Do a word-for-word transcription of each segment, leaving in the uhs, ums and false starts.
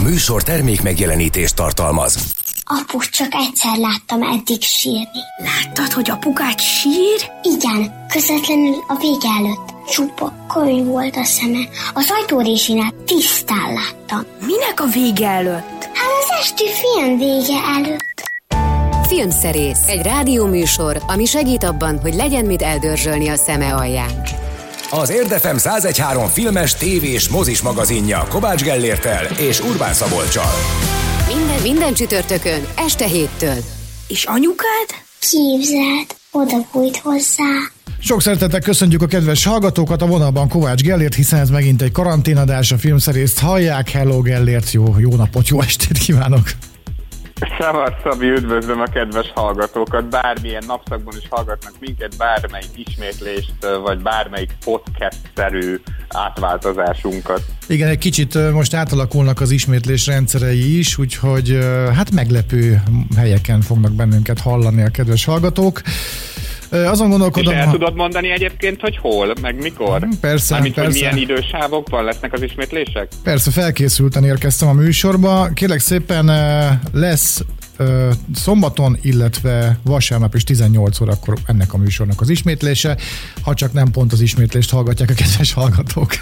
műsor termék megjelenítést tartalmaz. Apu, csak egyszer láttam eddig sírni. Láttad, hogy apukát sír? Igen, közvetlenül a vége előtt. Csupa könyv volt a szeme. Az ajtórésinál tisztán láttam. Minek a vége előtt? Hát az esti film vége előtt. Filmszerész. Egy rádióműsor, ami segít abban, hogy legyen mit eldörzsölni a szeme alján. Az Érd ef em száz egy három filmes, tévés, mozis magazinja Kovács Gellérttel és Urbán Szabolccsal. Minden, minden csütörtökön, este héttől. És anyukád? Képzeld, oda bújt hozzá. Sok szeretettel köszöntjük a kedves hallgatókat, a vonalban Kovács Gellért, hiszen ez megint egy karanténadás, a filmszerészt hallják. Hello Gellért, jó, jó napot, jó estét kívánok! Szevasz, Szabi, üdvözlöm a kedves hallgatókat, bármilyen napszakban is hallgatnak minket, bármelyik ismétlést, vagy bármelyik podcast-szerű átváltozásunkat. Igen, egy kicsit most átalakulnak az ismétlés rendszerei is, úgyhogy hát meglepő helyeken fognak bennünket hallani a kedves hallgatók. Azon gondolkodom... És el tudod mondani egyébként, hogy hol, meg mikor? Persze, Mármint, persze. hogy milyen idősávokban lesznek az ismétlések? Persze, felkészülten érkeztem a műsorba. Kérlek szépen lesz szombaton, illetve vasárnap is tizennyolc órakor ennek a műsornak az ismétlése, ha csak nem pont az ismétlést hallgatják a kedves hallgatók.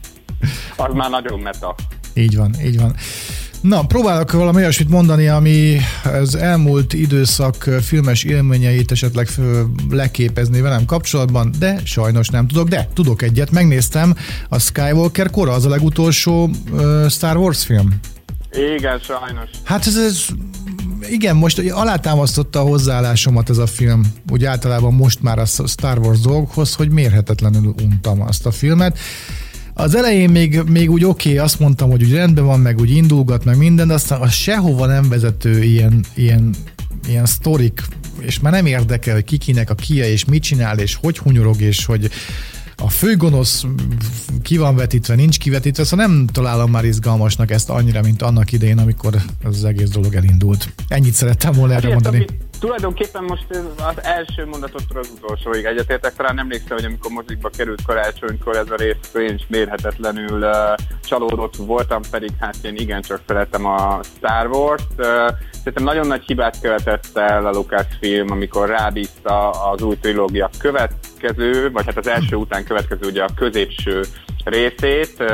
Az már nagyon meta. Így van, így van. Na, próbálok valami olyasmit mondani, ami az elmúlt időszak filmes élményeit esetleg leképezni velem kapcsolatban, de sajnos nem tudok, de tudok egyet, megnéztem a Skywalker kora, az a legutolsó uh, Star Wars film. Igen, sajnos. Hát ez, ez igen, most alátámasztotta a hozzáállásomat ez a film, úgy általában most már a Star Wars dolgokhoz, hogy mérhetetlenül untam azt a filmet. Az elején még, még úgy oké, okay, azt mondtam, hogy úgy rendben van, meg úgy indulgat, meg minden, de aztán az sehova nem vezető ilyen, ilyen, ilyen sztorik, és már nem érdekel, hogy kikinek a kia, és mit csinál, és hogy hunyorog, és hogy a főgonosz ki van vetítve, nincs kivetítve, szóval nem találom már izgalmasnak ezt annyira, mint annak idején, amikor az egész dolog elindult. Ennyit szerettem volna erre mondani. Ami, tulajdonképpen most az első mondatottól az utolsóig egyetértek, talán emlékszem, hogy amikor mozikba került karácsonykor ez a rész, én is mérhetetlenül uh, csalódott voltam, pedig hát én igencsak szeretem a Star Wars-t. Uh, szerintem nagyon nagy hibát követett el a Lucasfilm, amikor rábízta az új trilógia következő, vagy hát az első után következő ugye a középső részét, uh,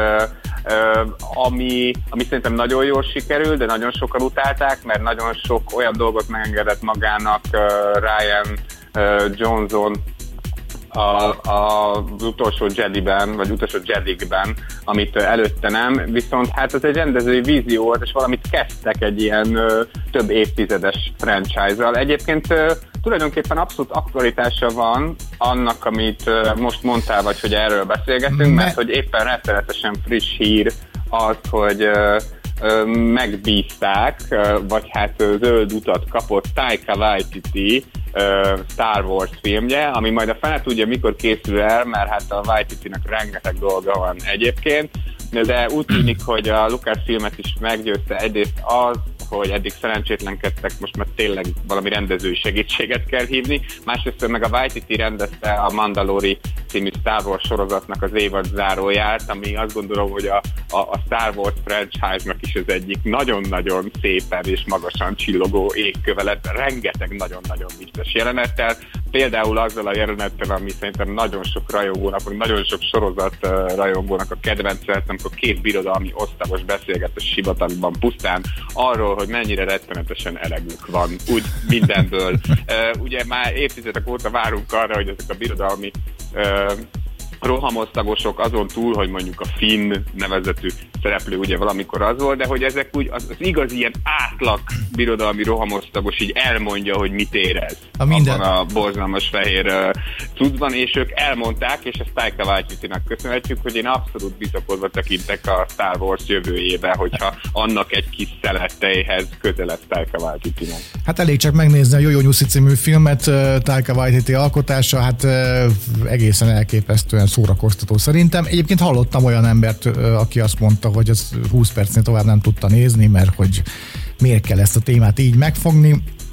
uh, ami, ami szerintem nagyon jól sikerül, de nagyon sokan utálták, mert nagyon sok olyan dolgot megengedett magának uh, Ryan uh, Johnson a, a, az utolsó Jediben, vagy utolsó Jedikben, amit uh, előtte nem, viszont hát ez egy rendezői vízió volt, és valamit kezdtek egy ilyen uh, több évtizedes franchise-ral. Egyébként uh, tulajdonképpen abszolút aktualitása van annak, amit uh, most mondtál, vagy hogy erről beszélgetünk, mert hogy éppen rettenetesen friss hír az, hogy uh, uh, megbízták, uh, vagy hát uh, zöld utat kapott Taika Waititi uh, Star Wars filmje, ami majd a fele tudja, mikor készül el, mert hát a Waititinek rengeteg dolga van egyébként, de úgy tűnik, hogy a Lucasfilmet is meggyőzte egyrészt az, hogy eddig szerencsétlenkedtek, most már tényleg valami rendezői segítséget kell hívni. Másrészt meg a Waititi rendezte a Mandalori című Star Wars sorozatnak az évad záróját, ami azt gondolom, hogy a, a, a Star Wars franchise-nak is az egyik nagyon-nagyon szépen és magasan csillogó égköve lett, rengeteg nagyon-nagyon vicces jelenettel. Például azzal a jelenettel, ami szerintem nagyon sok rajongónak, vagy nagyon sok sorozat uh, rajongónak a kedvence, amikor két birodalmi osztagos beszélget a sivatagban pusztán arról, hogy mennyire rettenetesen elegük van, úgy mindenből. Uh, ugye már évtizedek óta várunk arra, hogy ezek a birodalmi uh, rohamosztagosok azon túl, hogy mondjuk a Finn nevezetű szereplő ugye valamikor az volt, de hogy ezek úgy, az, az igaz ilyen átlag birodalmi rohamosztagos így elmondja, hogy mit érez a abban a borzalmas fehér uh, cuccban, és ők elmondták, és ezt Taika Waititinak köszönhetjük, hogy én abszolút bizakodva tekintek a Star Wars jövőjébe, hogyha annak egy kis szeletteihez köze lesz Taika Waititinek. Hát elég csak megnézni a Jó-Jó Nyuszi című filmet, uh, Taika Waititi alkotása, hát uh, egészen elképesztően szórakoztató szerintem. Egyébként hallottam olyan embert, uh, aki azt mondta, hogy ez húsz percnél tovább nem tudta nézni, mert hogy miért kell ezt a témát így megfogni.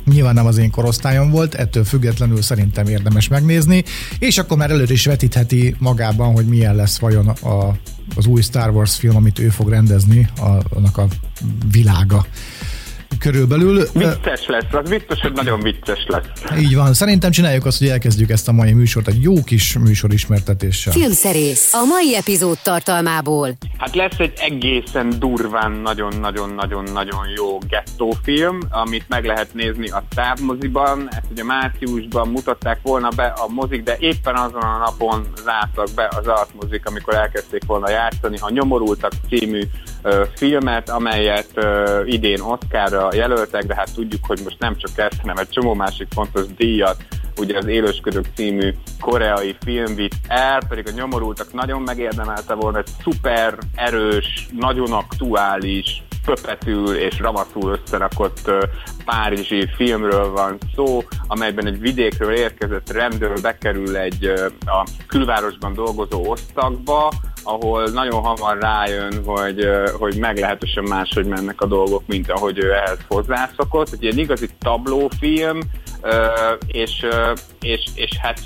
Nyilván nem az én korosztályom volt, ettől függetlenül szerintem érdemes megnézni, és akkor már előre is vetítheti magában, hogy milyen lesz vajon a, az új Star Wars film, amit ő fog rendezni, a, annak a világa körülbelül. Vicces lesz, az biztos, hogy nagyon vicces lesz. Így van, szerintem csináljuk azt, hogy elkezdjük ezt a mai műsort egy jó kis műsorismertetéssel. Filmszerész a mai epizód tartalmából. Hát lesz egy egészen durván nagyon-nagyon-nagyon-nagyon jó gettófilm, amit meg lehet nézni a távmoziban. Ezt ugye márciusban mutatták volna be a mozik, de éppen azon a napon zártak be az artmozik, amikor elkezdték volna játszani a Nyomorultak című ö, filmet, amelyet ö, idén Oscarra jelöltek, de hát tudjuk, hogy most nem csak ezt, hanem egy csomó másik fontos díjat, ugye az Élősködők című koreai film vitt el, pedig a Nyomorultak nagyon megérdemelte volna, egy szuper erős, nagyon aktuális, pöpetül és ramaszul összerakott uh, párizsi filmről van szó, amelyben egy vidékről érkezett rendőr bekerül egy uh, a külvárosban dolgozó osztagba, ahol nagyon hamar rájön, hogy, uh, hogy meglehetősen máshogy mennek a dolgok, mint ahogy ő ehhez hozzászokott. Egy ilyen igazi tablófilm, Uh, és, uh, és, és hát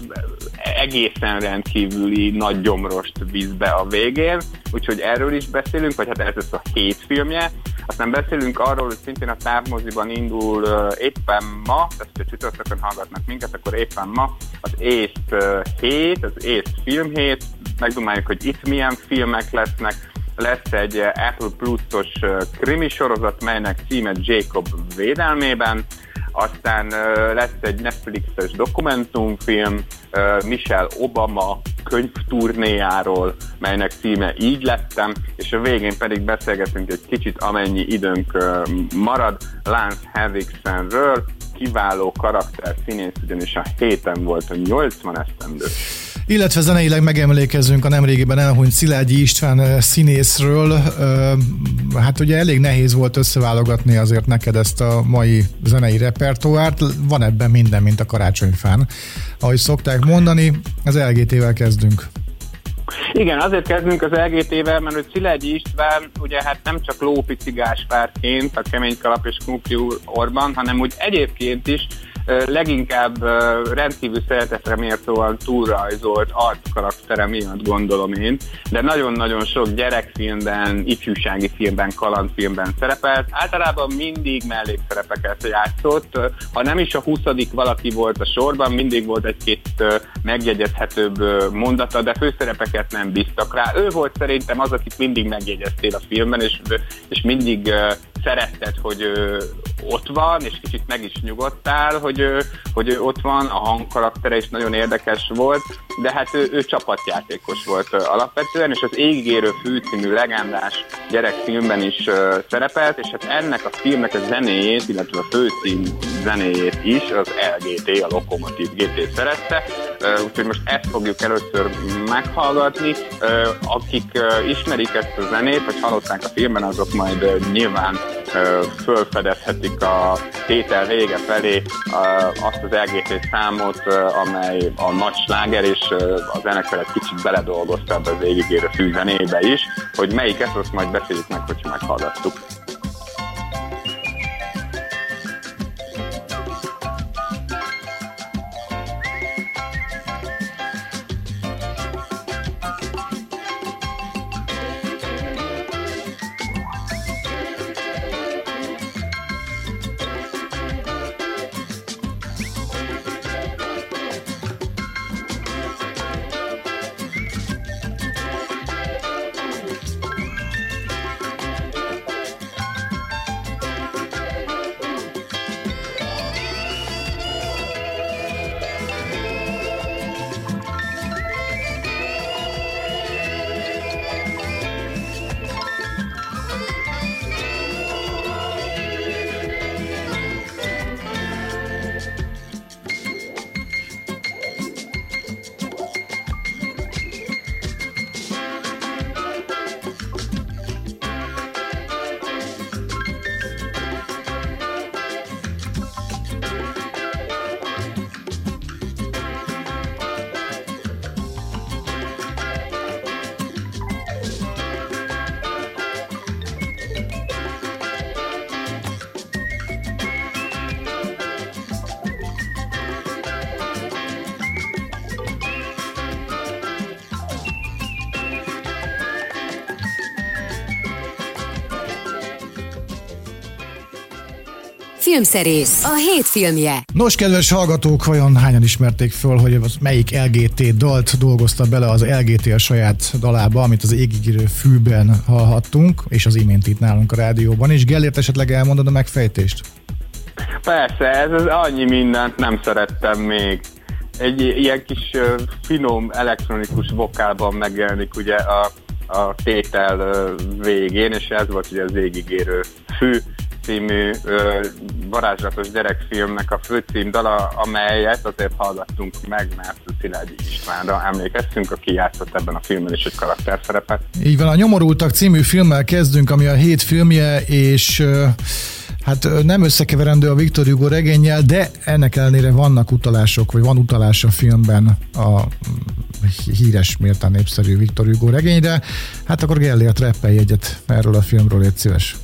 egészen rendkívüli nagy gyomrost víz be a végén, úgyhogy erről is beszélünk, vagy hát ez lesz a hét filmje. Aztán beszélünk arról, hogy szintén a távmoziban indul uh, éppen ma, tehát ha csütörtökön hallgatnak minket, akkor éppen ma az észt uh, hét, az észt filmhét, megdumáljuk, hogy itt milyen filmek lesznek. Lesz egy uh, Apple Plus-os uh, krimi sorozat, melynek címe Jacob védelmében. Aztán uh, lesz egy Netflixes dokumentumfilm uh, Michelle Obama könyvturnéjáról, melynek címe Így lettem, és a végén pedig beszélgetünk egy kicsit, amennyi időnk uh, marad, Lance Henriksenről, kiváló karakter színész, ugyanis a héten volt a nyolcvan esztendő. Illetve zeneileg megemlékezzünk a nemrégiben elhunyt Szilágyi István színészről. Hát ugye elég nehéz volt összeválogatni azért neked ezt a mai zenei repertoárt. Van ebben minden, mint a karácsonyfán. Ahogy szokták mondani, az el gé té-vel kezdünk. Igen, azért kezdünk az el gé té-vel, mert hogy Szilágyi István ugye hát nem csak Lópici Gáspárként, a Kemény Kalap és Knupi Orban, hanem úgy egyébként is leginkább rendkívül szeretetre méltóan túlrajzolt arckaraktere miatt, gondolom én, de nagyon-nagyon sok gyerekfilmben, ifjúsági filmben, kalandfilmben szerepelt. Általában mindig mellékszerepeket játszott. Ha nem is a huszadik valaki volt a sorban, mindig volt egy-két megjegyezhetőbb mondata, de főszerepeket nem bíztak rá. Ő volt szerintem az, akit mindig megjegyeztél a filmben, és, és mindig szeretted, hogy ott van, és kicsit meg is nyugodtál, hogy, hogy ott van, a hangkaraktere is nagyon érdekes volt, de hát ő, ő csapatjátékos volt alapvetően, és az Égigérő fű című legendás gyerekfilmben is szerepelt, és hát ennek a filmnek a zenéjét, illetve a főcím zenéjét is az el gé té, a Lokomotív gé té szerette, úgyhogy most ezt fogjuk először meghallgatni. Akik ismerik ezt a zenét, vagy hallották a filmben, azok majd nyilván fölfedezhetik a tétel vége felé azt az el gé té számot, amely a nagy sláger, és a zenekar egy kicsit beledolgozta ebbe az Égigérő fű zenébe is, hogy melyiket, azt majd beszéljük meg, hogyha meghallgattuk. Filmszerész, a hét filmje. Nos, kedves hallgatók, vajon hányan ismerték föl, hogy az melyik el gé té dalt dolgozta bele az el gé té a saját dalába, amit az égigérő fűben hallhattunk, és az imént itt nálunk a rádióban is. Gellért, esetleg elmondod a megfejtést? Persze, ez az annyi mindent nem szerettem még. Egy ilyen kis uh, finom elektronikus vokálban megjelenik ugye a, a tétel uh, végén, és ez volt ugye az égigérő fű című uh, varázslatos gyerekfilmnek a főcímdala, amelyet azért hallgattunk meg, mert Szilágyi Istvánra emlékeztünk, aki játszott ebben a filmben is egy karakterszerepet. Így van, a Nyomorultak című filmmel kezdünk, ami a hét filmje, és uh, hát nem összekeverendő a Victor Hugo regénnyel, de ennek ellenére vannak utalások, vagy van utalás a filmben a híres, méltán népszerű Victor Hugo regényre. Hát akkor Gellért, reppelj egyet erről a filmről, légy szíves.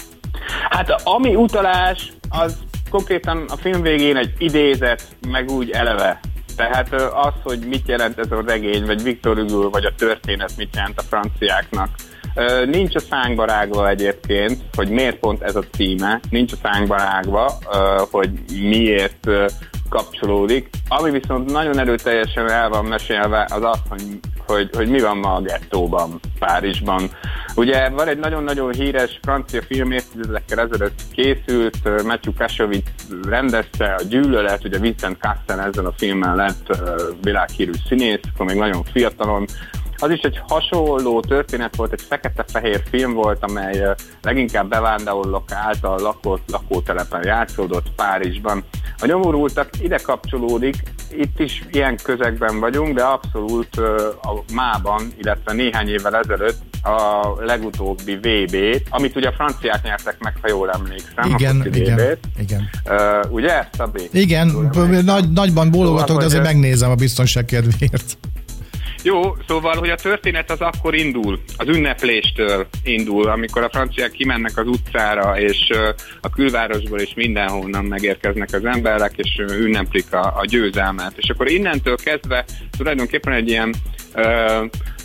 Hát ami utalás, az konkrétan a film végén egy idézet, meg úgy eleve. Tehát az, hogy mit jelent ez a regény, vagy Victor Hugo, vagy a történet mit jelent a franciáknak. Nincs a szánkba rágva egyébként, hogy miért pont ez a címe, nincs a szánkba rágva, hogy miért kapcsolódik. Ami viszont nagyon erőteljesen el van mesélve, az az, hogy, hogy, hogy mi van ma a gettóban, Párizsban. Ugye van egy nagyon-nagyon híres francia film, évtizedekkel ezelőtt készült, Matthew Kassovitz rendezte, a Gyűlölet, ugye Vincent Cassel ezzel a filmmel lett világhírű színész, akkor még nagyon fiatalon. Az is egy hasonló történet volt, egy fekete-fehér film volt, amely leginkább bevándorlók által lakott lakótelepen játszódott Párizsban. A Nyomorultak ide kapcsolódik, itt is ilyen közegben vagyunk, de abszolút a mában, illetve néhány évvel ezelőtt a legutóbbi vé bét, amit ugye a franciák nyertek meg, ha jól emlékszem. Igen, igen, igen. Uh, ugye, Szabé? Igen, nagy, nagyban bólogatok, szóval, de azért megnézem a biztonság kedvéért. Jó, szóval, hogy a történet az akkor indul, az ünnepléstől indul, amikor a franciák kimennek az utcára, és a külvárosból és mindenhonnan megérkeznek az emberek, és ünneplik a, a győzelmet. És akkor innentől kezdve tulajdonképpen egy ilyen ö,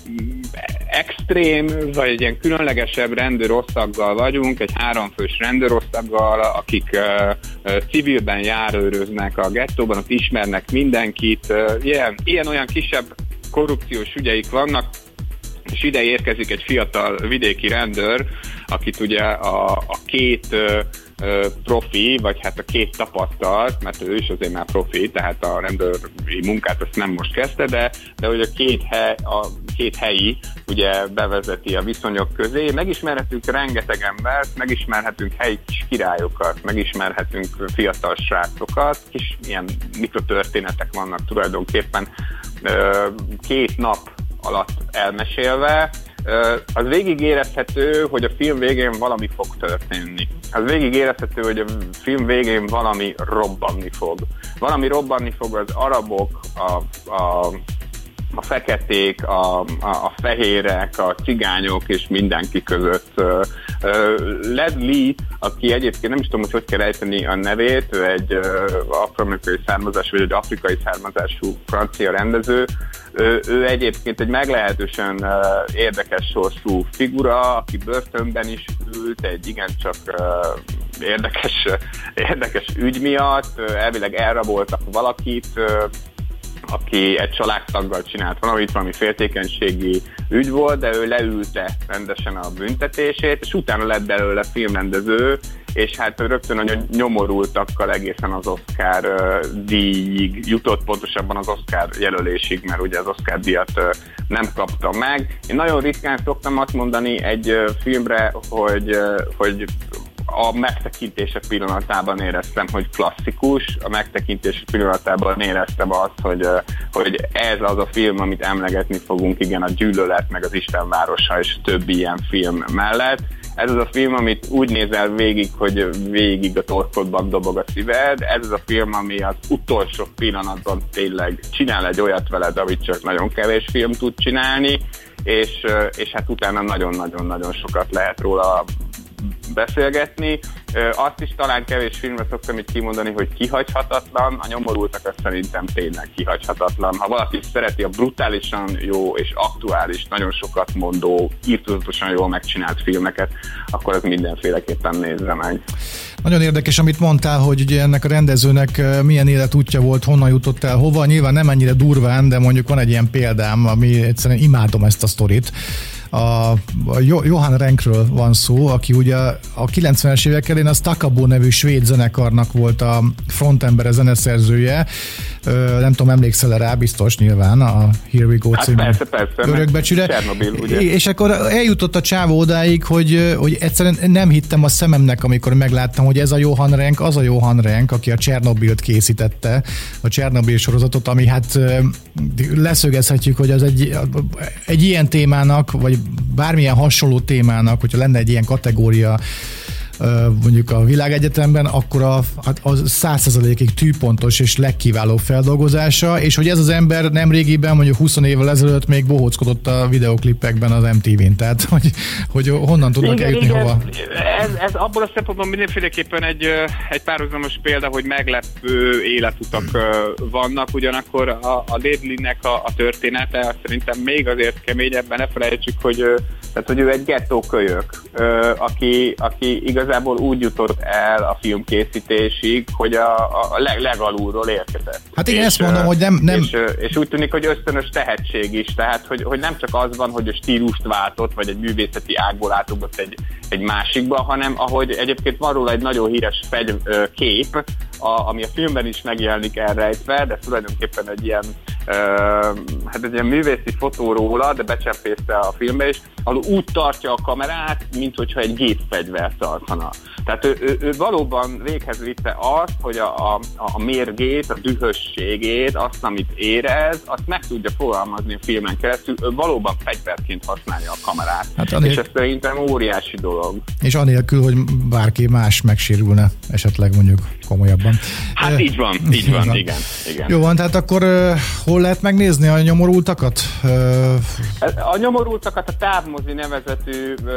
extrém, vagy egy ilyen különlegesebb rendőrosztaggal vagyunk, egy háromfős rendőrosztaggal, akik ö, ö, civilben járőröznek a gettóban, ott ismernek mindenkit, ö, ilyen, ilyen-olyan kisebb korrupciós ügyeik vannak, és ide érkezik egy fiatal vidéki rendőr, akit ugye a, a két ö, ö, profi, vagy hát a két tapasztalt, mert ő is azért már profi, tehát a rendőri munkát azt nem most kezdte, de, de hogy a két, hely, a két helyi ugye bevezeti a viszonyok közé. Megismerhetünk rengeteg embert, megismerhetünk helyi kis királyokat, megismerhetünk fiatal srácokat, kis ilyen mikrotörténetek vannak tulajdonképpen két nap alatt elmesélve. Az végig érezhető, hogy a film végén valami fog történni. Az végig érezhető, hogy a film végén valami robbanni fog. Valami robbanni fog az arabok, a, a, a feketék, a, a, a fehérek, a cigányok és mindenki között. Leslie, aki egyébként nem is tudom, hogy hogy kell ejteni a nevét, ő egy afroamerikai származású, vagy egy afrikai származású francia rendező. Ő, ő egyébként egy meglehetősen uh, érdekes sorsú figura, aki börtönben is ült egy igencsak uh, érdekes, uh, érdekes ügy miatt. Uh, elvileg elraboltak valakit, uh, aki egy családtaggal csinált valamit, valami féltékenységi ügy volt, de ő leülte rendesen a büntetését, és utána lett belőle filmrendező, és hát rögtön a Nyomorultakkal egészen az Oscar uh, díjig jutott, pontosabban az Oscar jelölésig, mert ugye az Oscar díjat uh, nem kapta meg. Én nagyon ritkán szoktam azt mondani egy uh, filmre, hogy, uh, hogy a megtekintése pillanatában éreztem, hogy klasszikus, a megtekintése pillanatában éreztem azt, hogy, hogy ez az a film, amit emlegetni fogunk, igen, a Gyűlölet, meg az Istenvárosa és több ilyen film mellett. Ez az a film, amit úgy nézel végig, hogy végig a torkodban dobog a szíved. Ez az a film, ami az utolsó pillanatban tényleg csinál egy olyat veled, amit csak nagyon kevés film tud csinálni, és, és hát utána nagyon-nagyon-nagyon sokat lehet róla beszélgetni. Azt is talán kevés filmre szoktam így kimondani, hogy kihagyhatatlan, a Nyomorultakat szerintem tényleg kihagyhatatlan. Ha valaki szereti a brutálisan jó és aktuális, nagyon sokat mondó, írtózatosan jól megcsinált filmeket, akkor ez mindenféleképpen nézze meg. Nagyon érdekes, amit mondtál, hogy ugye ennek a rendezőnek milyen életútja volt, honnan jutott el, hova. Nyilván nem ennyire durván, de mondjuk van egy ilyen példám, ami egyszerűen imádom ezt a sztorit. A Johan Renkről van szó, aki ugye a kilencvenes évek elején a Stakabo nevű svéd zenekarnak volt a frontembere, zeneszerzője. Nem tudom, emlékszel rá, biztos nyilván a Here We Go című hát örökbecsüre. Csernobil, ugye? És akkor eljutott a csávó odáig, hogy, hogy egyszerűen nem hittem a szememnek, amikor megláttam, hogy ez a Johan Renk, az a Johan Renk, aki a Csernobilt készítette, a Csernobil sorozatot, ami hát leszögezhetjük, hogy az egy, egy ilyen témának, vagy bármilyen hasonló témának, hogyha lenne egy ilyen kategória mondjuk a világegyetemben, akkor a, a száz százalékig tűpontos és legkiválóbb feldolgozása, és hogy ez az ember nemrégiben, mondjuk húsz évvel ezelőtt még bohóckodott a videoklipekben az em té vén, tehát hogy, hogy honnan tudnak igen, eljutni igen. hova. Ez, ez abból a szempontból mindenféleképpen egy, egy párhuzamos példa, hogy meglepő életutak hmm. vannak, ugyanakkor a, a Ledley-nek a, a története szerintem még azért keményebben, ne felejtsük, hogy, tehát, hogy ő egy gettókölyök, aki, aki igazából úgy jutott el a filmkészítésig, hogy a, a leg, legalulról érkezett. Hát én és, ezt mondom, hogy nem... nem... És, és úgy tűnik, hogy ösztönös tehetség is, tehát hogy, hogy nem csak az van, hogy a stílust váltott, vagy egy művészeti ágból átugott egy, egy másikba, hanem ahogy egyébként van róla egy nagyon híres fegy, kép, a, ami a filmben is megjelenik elrejtve, de tulajdonképpen egy ilyen, uh, hát egy ilyen művészi fotó róla, de becsempészte a filmbe is, ahol úgy tartja a kamerát, mint hogyha egy gépfegyvert tartana. Tehát ő, ő, ő valóban véghez vitte azt, hogy a, a, a mérgét, a dühösségét, azt, amit érez, azt meg tudja fogalmazni a filmen keresztül, ő valóban fegyverként használja a kamerát. Hát anél... És ez szerintem óriási dolog. És anélkül, hogy bárki más megsérülne, esetleg mondjuk komolyabban. Hát így van, így van, van. Igen, igen. Jó van, tehát akkor uh, hol lehet megnézni a Nyomorultakat? Uh... A Nyomorultakat a Távmozi nevezetű uh,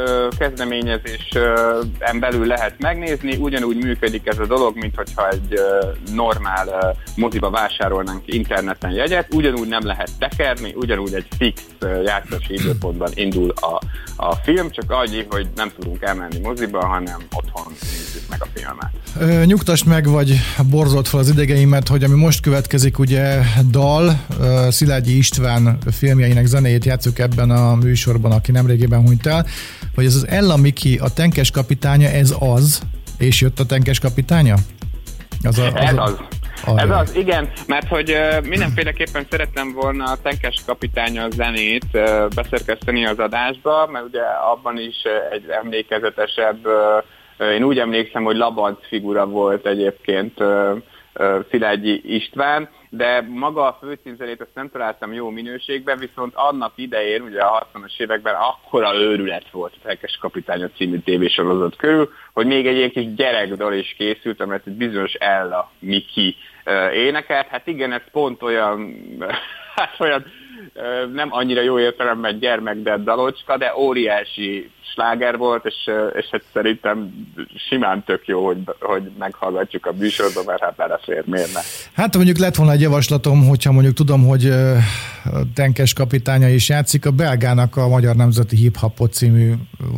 kezdeményezésen belül lehet megnézni, ugyanúgy működik ez a dolog, mint hogyha egy uh, normál uh, moziba vásárolnánk interneten jegyet, ugyanúgy nem lehet tekerni, ugyanúgy egy fix uh, játszási időpontban indul a, a film, csak annyi, hogy nem tudunk elmenni moziba, hanem otthon nézzük meg a filmet. Uh, nyugtass meg, vagy borzolt fel az idegeimet, hogy ami most következik, ugye dal, uh, Szilágyi István filmjeinek zenéjét játszuk ebben a műsorban, aki nemrégében hunyt el, hogy ez az Ella Miki, a Tenkes kapitánya, ez az, és jött a Tenkes kapitánya? Az a, az ez az. A... Ez az, igen, mert hogy uh, mindenféleképpen szerettem volna a Tenkes kapitánya zenét uh, beszerkeszteni az adásba, mert ugye abban is uh, egy emlékezetesebb, uh, én úgy emlékszem, hogy Labanc figura volt egyébként uh, uh, Szilágyi István, de maga a főcímzenét azt nem találtam jó minőségben, viszont annak idején, ugye a hatvanas években akkora őrület volt a Tenkes kapitánya című tévésorozat körül, hogy még egy ilyen kis gyerekdal is készült, amelyet egy bizonyos Ella Miki uh, énekelt. Hát igen, ez pont olyan, hát olyan uh, nem annyira jó értelemben gyermekded dalocska, de óriási sláger volt, és, és hát szerintem simán tök jó, hogy, hogy meghallgatjuk a műsorban, mert hát belefér, miért ne? Hát mondjuk lett volna egy javaslatom, hogyha mondjuk tudom, hogy Tenkes kapitánya is játszik, a Belgának a Magyar Nemzeti Hip-Hopot című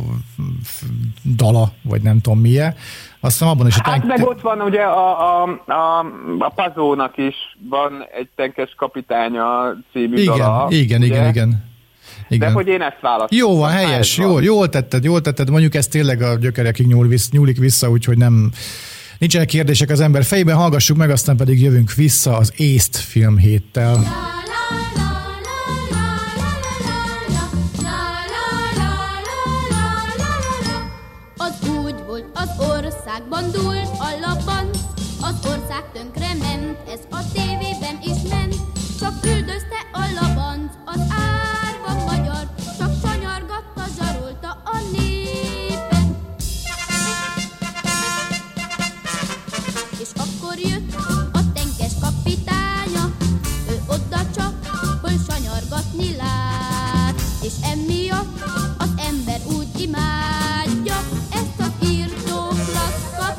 dala, vagy nem tudom milyen. Aztán abban is a tenk... Hát meg ott van ugye a, a, a, a Pazónak is van egy Tenkes kapitánya című igen, dala. Igen, ugye? igen, igen. Igen. De hogy én ezt választom. Jó van, helyes, jól, jól tetted, jól tetted, mondjuk ez tényleg a gyökerekig nyúl visz, nyúlik vissza, úgyhogy nem, nincsenek kérdések az ember fejében, hallgassuk meg, aztán pedig jövünk vissza az észt filmhéttel. Az úgy volt, az országban dúlt a labanc, az ország tönkre ment, ez a tévében is ment, csak üldözte a labanc az árva magyar, csak sanyargatta, zsarolta a népet. És akkor jött a Tenkes kapitánya, ő oda csak, hol sanyargatni lát, és emiatt az ember úgy imádja ezt az írtó klassz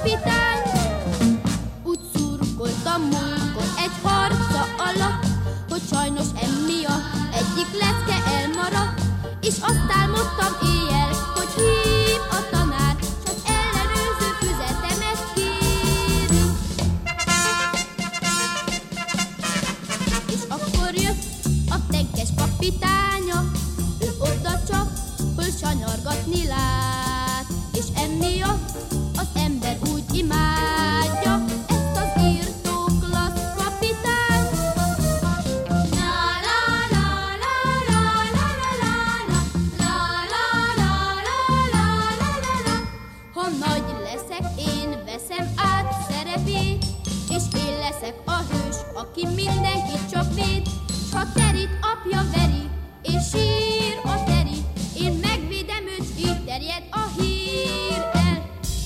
az ember úgy imádja ezt az írtó klassz kapitány. La la la la la la la la la la la la la. Ha nagy leszek, én veszem át szerepét, és én leszek a hős, aki mindenkit csak véd. S ha Terryt apja veri, és sír a Terry, én megvédem őt, így terjed a hír el.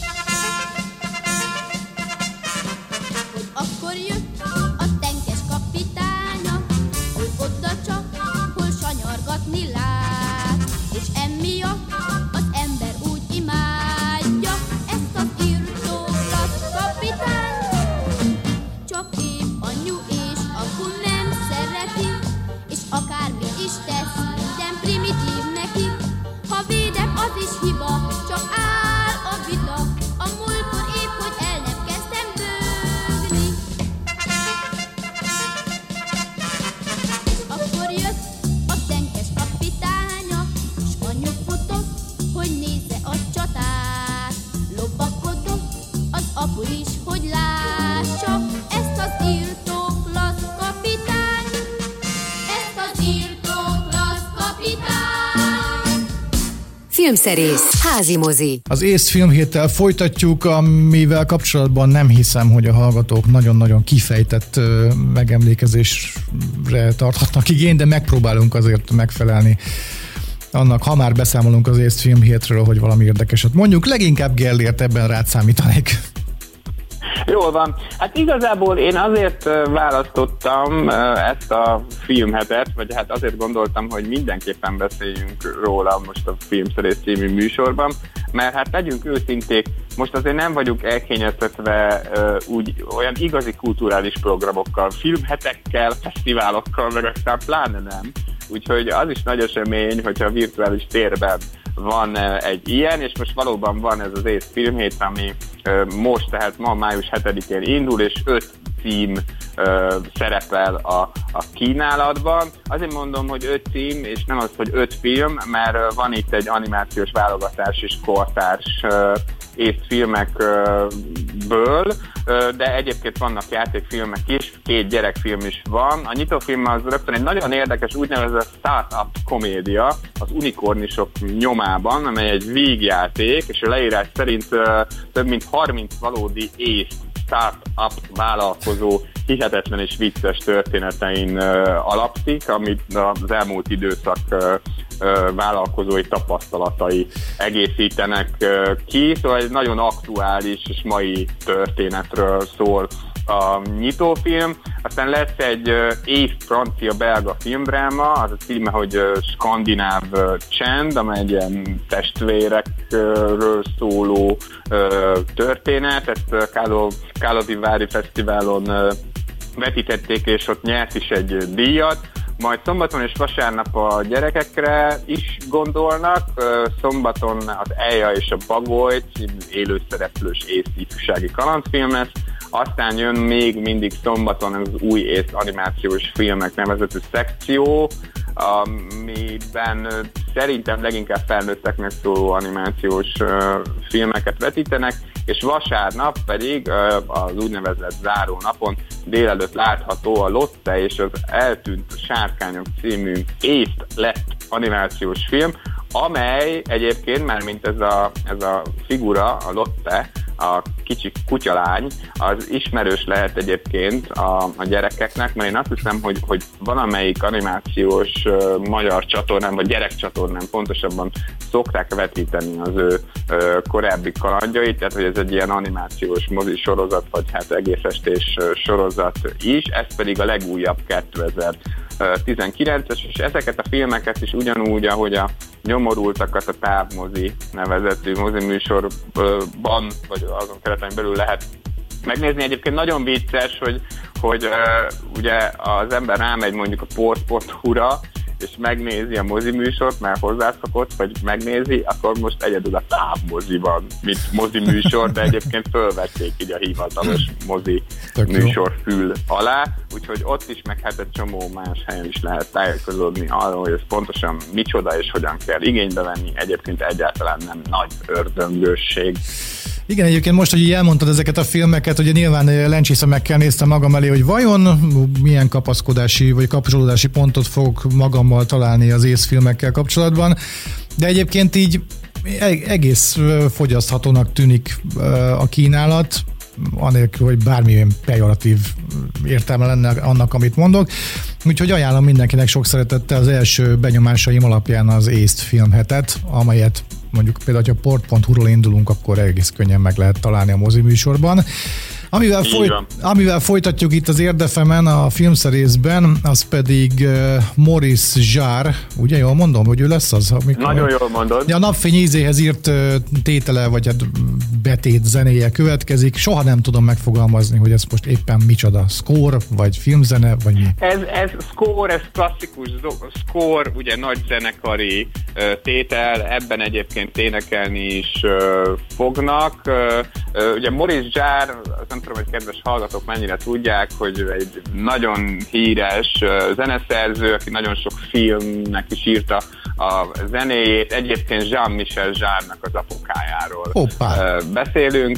Hogy akkor jött a tenkes kapitánya, ő oda csak, hol sanyargatni lát, és emiatt az ember úgy imádja ezt az írtó klassz kapitányt. Csak épp anyu és apu nem szereti, és akármi is tesz, minden primitív neki. Ha védem, az is hiba, csak áll a vita, a múltkor épp, hogy el nem kezdtem bőgni. És akkor jött a tenkes kapitánya, s anyu futott, hogy nézze a csatát. Lopakodott az apu is, hogy lássa ezt az írtó klassz kapitány. Ezt az írtó klassz kapitány. Filmszerész, házi mozi. Az észt filmhéttel folytatjuk, amivel kapcsolatban nem hiszem, hogy a hallgatók nagyon-nagyon kifejtett ö, megemlékezésre tarthatnak igényt, de megpróbálunk azért megfelelni annak, ha már beszámolunk az észt filmhétről, hogy valami érdekeset mondjuk. Leginkább Gellért, ebben rád számítanék. Jól van. Hát igazából én azért választottam ezt a filmhetet, vagy hát azért gondoltam, hogy mindenképpen beszéljünk róla most a Filmszerész című műsorban, mert hát legyünk őszinték, most azért nem vagyunk elkényeztetve úgy olyan igazi kulturális programokkal, filmhetekkel, fesztiválokkal, meg aztán pláne nem. Úgyhogy az is nagy esemény, hogyha a virtuális térben van egy ilyen, és most valóban van ez az észt filmhét, ami most, tehát ma május hetedikén indul, és öt cím ö, szerepel a, a kínálatban. Azért mondom, hogy öt cím, és nem az, hogy öt film, mert van itt egy animációs válogatás és kortárs ö, észt filmekből, ö, de egyébként vannak játékfilmek is, két gyerekfilm is van. A nyitófilm az rögtön egy nagyon érdekes úgynevezett startup komédia az unikornisok nyomában, amely egy vígjáték, és a leírás szerint ö, több mint harminc valódi észt start-up vállalkozó hihetetlen és vicces történetein uh, alapszik, amit az elmúlt időszak uh, uh, vállalkozói tapasztalatai egészítenek uh, ki, szóval egy nagyon aktuális és mai történetről szól a nyitófilm. Aztán lesz egy uh, észt-francia-belga filmdráma, az a címe, hogy uh, Skandináv uh, csend, amely egy ilyen testvérekről szóló uh, történet. Ezt uh, Kálo, Kálodivári Fesztiválon uh, vetítették, és ott nyert is egy díjat. Majd szombaton és vasárnap a gyerekekre is gondolnak. Szombaton az Elja és a Bagoly élőszereplős észt ifjúsági kalandfilm lesz. Aztán jön még mindig szombaton az új észt animációs filmek nevezetű szekció, amiben szerintem leginkább felnőtteknek szóló animációs filmeket vetítenek, és vasárnap pedig az úgynevezett záró napon délelőtt látható a Lotte és az eltűnt sárkányok című észt lett animációs film, amely egyébként, már mint ez a, ez a figura, a Lotte, a kicsi kutyalány, az ismerős lehet egyébként a, a gyerekeknek, mert én azt hiszem, hogy, hogy valamelyik animációs uh, magyar csatornán, vagy gyerekcsatornán pontosabban szokták vetíteni az ő uh, korábbi kalandjait, tehát hogy ez egy ilyen animációs mozi sorozat, vagy hát egész estés uh, sorozat is, ez pedig a legújabb kétezer-tizenkilences, és ezeket a filmeket is ugyanúgy, ahogy a Nyomorultakat a Távmozi nevezetű moziműsorban, vagy azon keretein belül lehet megnézni. Egyébként nagyon vicces, hogy, hogy uh, ugye az ember rámegy mondjuk a port pont hu-ra, és megnézi a moziműsort, mert hozzászokott, vagy megnézi, akkor most egyedül a távmozi van, mint moziműsor, de egyébként fölvették így a hivatalos mozi műsor fül alá, úgyhogy ott is, meg hát egy csomó más helyen is lehet tájékozódni arról, hogy ez pontosan micsoda és hogyan kell igénybe venni. Egyébként egyáltalán nem nagy ördöngősség. Igen, egyébként most, hogy így elmondtad ezeket a filmeket, ugye nyilván lencsi szemekkel néztem magam elé, hogy vajon milyen kapaszkodási vagy kapcsolódási pontot fogok magammal találni az észfilmekkel kapcsolatban, de egyébként így egész fogyaszthatónak tűnik a kínálat, anélkül, hogy bármilyen pejoratív értelme lenne annak, amit mondok. Úgyhogy ajánlom mindenkinek sok szeretettel az első benyomásaim alapján az észt filmhetet, amelyet mondjuk például, ha port pont hu-ról indulunk, akkor egész könnyen meg lehet találni a moziműsorban. Amivel, foly, amivel folytatjuk itt az Érdefemen a filmszerészben, az pedig uh, Maurice Jarre, ugye jól mondom, hogy ő lesz az? Amikor, Nagyon jól mondod. A Napfény ízéhez írt uh, tétele, vagy hát betét zenéje következik. Soha nem tudom megfogalmazni, hogy ez most éppen micsoda. Score, vagy filmzene, vagy mi? Ez, ez score, ez klasszikus score, ugye nagy zenekari uh, tétel, ebben egyébként énekelni is uh, fognak. Uh, uh, ugye Maurice Jarre, nem tudom, hogy kedves hallgatók mennyire tudják, hogy egy nagyon híres zeneszerző, aki nagyon sok filmnek is írta a zenéjét, egyébként Jean-Michel Jarre-nak az apukájáról Hoppá. beszélünk,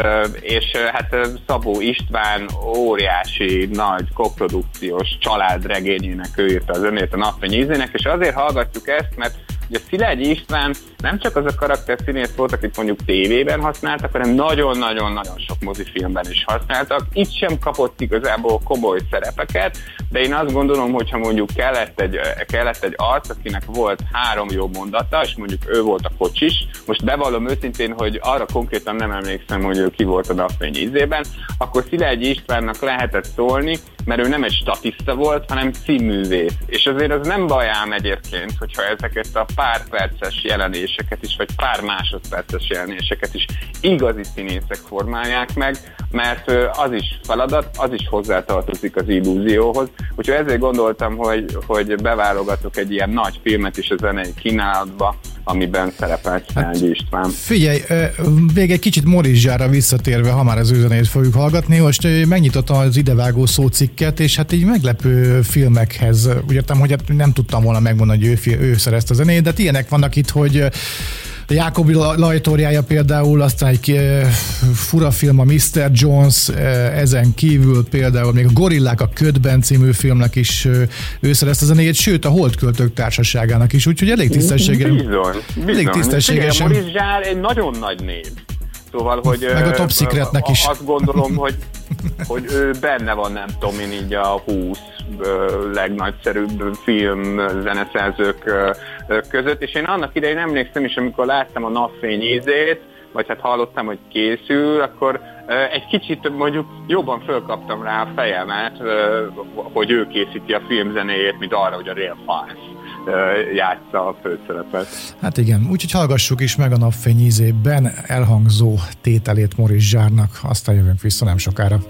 és hát Szabó István óriási, nagy koprodukciós családregényének ő írta a zenét a Napfény ízének, és azért hallgatjuk ezt, mert ugye Szilágyi István nem csak az a karakter színész volt, akit mondjuk tévében használtak, hanem nagyon-nagyon-nagyon sok mozifilmben is használtak. Itt sem kapott igazából komoly szerepeket, de én azt gondolom, hogyha mondjuk kellett egy, kellett egy arc, akinek volt három jó mondata, és mondjuk ő volt a kocsis, most bevallom őszintén, hogy arra konkrétan nem emlékszem, hogy ő ki volt a Napfény ízében, akkor Szilágyi Istvánnak lehetett szólni, mert ő nem egy statiszta volt, hanem színművész. És azért az nem baj ám egyébként, hogyha ezeket a pár perces jelenéseket is, vagy pár másodperces jelenéseket is igazi színészek formálják meg, mert az is feladat, az is hozzátartozik az illúzióhoz. Úgyhogy ezért gondoltam, hogy, hogy beválogatok egy ilyen nagy filmet is a zenei kínálatba, amiben szerepelt Szilágyi hát, István. Figyelj, még egy kicsit Maurice Jarre-ra visszatérve, ha már az ő zenét fogjuk hallgatni, most megnyitottam az idevágó szócikket, és hát így meglepő filmekhez, úgy értem, hogy nem tudtam volna megmondani, hogy ő, ő szerezte a zenét, de ilyenek vannak itt, hogy Jákobi Lajtorjája például, aztán egy fura film a miszter Jones, ezen kívül például még a Gorillák a ködben című filmnek is ő szerezte a zenéjét, sőt a Holdköltők társaságának is, úgyhogy elég tisztességesen. Bizony, bizony. Elég tisztességesen. A Maurice Jarre egy nagyon nagy név. Szóval, hogy meg a Top Secretnek is. Azt gondolom, hogy, hogy ő benne van, nem tudom én így a húsz legnagyszerűbb film zeneszerzők között, és én annak idején emlékszem is, amikor láttam a Napfény ízét, vagy hát hallottam, hogy készül, akkor egy kicsit mondjuk jobban fölkaptam rá a fejemet, hogy ő készíti a filmzenéjét, mint arra, hogy a Real Files játsza a főszerepet. Hát igen, úgyhogy hallgassuk is meg a Napfény ízében elhangzó tételét Maurice Jarre-nak, aztán jövünk vissza nem sokára.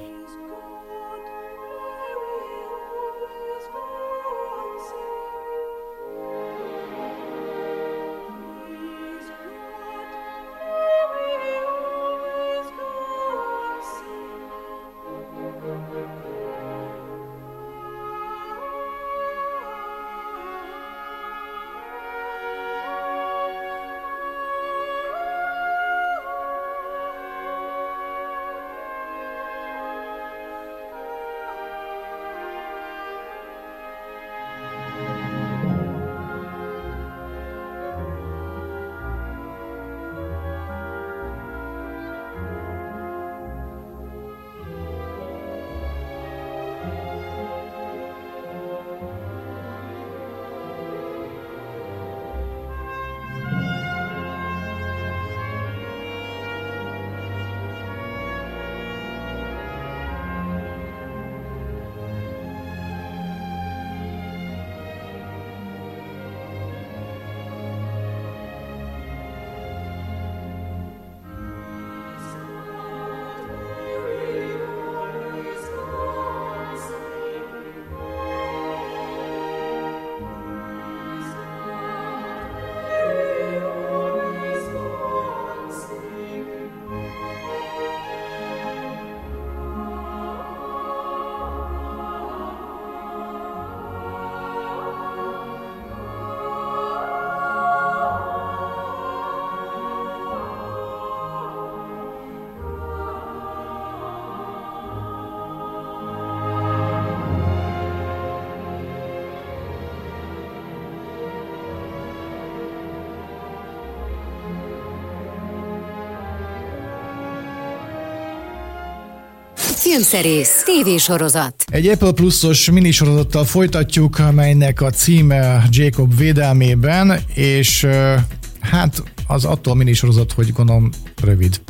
Filmszerész, tévésorozat. Egy Apple Plus-os minisorozattal folytatjuk, amelynek a címe Jacob védelmében, és hát az attól minisorozat, hogy gondolom rövid.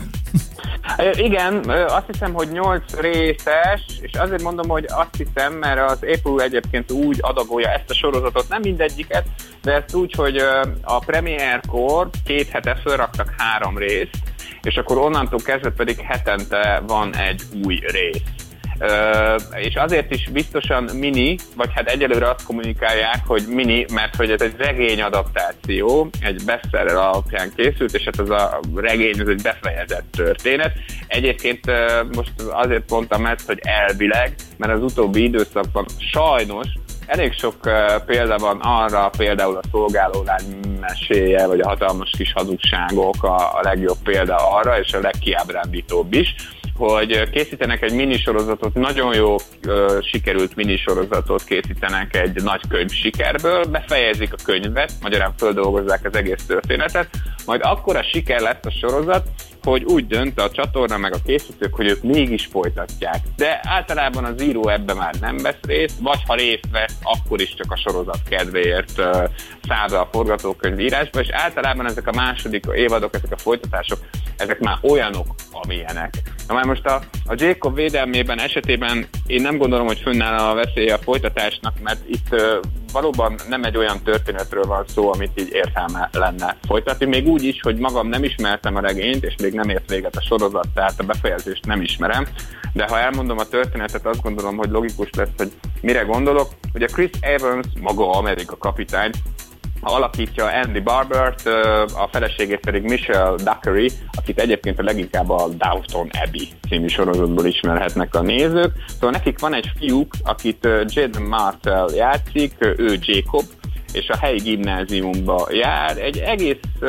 Igen, azt hiszem, hogy nyolc részes, és azért mondom, hogy azt hiszem, mert az Apple egyébként úgy adagolja ezt a sorozatot, nem mindegyiket, de ezt úgy, hogy a premierkor két hete felraktak három részt, és akkor onnantól kezdve pedig hetente van egy új rész. Uh, és azért is biztosan mini, vagy hát egyelőre azt kommunikálják, hogy mini, mert hogy ez egy regény adaptáció, egy bestseller alapján készült, és hát ez a regény, ez egy befejezett történet. Egyébként uh, most azért mondtam ezt, hogy elvileg, mert az utóbbi időszakban sajnos elég sok uh, példa van arra, például a szolgálólány meséje, vagy a hatalmas kis hazugságok a, a legjobb példa arra, és a legkiábrándítóbb is, hogy készítenek egy minisorozatot, nagyon jó ö, sikerült minisorozatot készítenek egy nagy könyv sikerből, befejezik a könyvet, magyarán földolgozzák az egész történetet, majd akkora siker lett a sorozat, hogy úgy dönt a csatorna meg a készítők, hogy ők mégis folytatják. De általában az író ebbe már nem vesz részt, vagy ha részt vesz, akkor is csak a sorozat kedvéért uh, száll be a forgatókönyv írásba, és általában ezek a második évadok, ezek a folytatások, ezek már olyanok, amilyenek. Na már most a, a Jacob védelmében esetében én nem gondolom, hogy fönnáll a veszélye a folytatásnak, mert itt uh, valóban nem egy olyan történetről van szó, amit így értelme lenne folytatni. Még úgy is, hogy magam nem ismertem a regényt, és még nem ért véget a sorozat, tehát a befejezést nem ismerem, de ha elmondom a történetet, azt gondolom, hogy logikus lesz, hogy mire gondolok. Ugye Chris Evans, maga Amerika kapitány, alakítja Andy Barbert, a feleségét pedig Michelle Dockery, akit egyébként a leginkább a Downton Abbey című sorozatból ismerhetnek a nézők. Szóval nekik van egy fiúk, akit Jaden Martell játszik, ő Jacob, és a helyi gimnáziumba jár. Egy egész uh,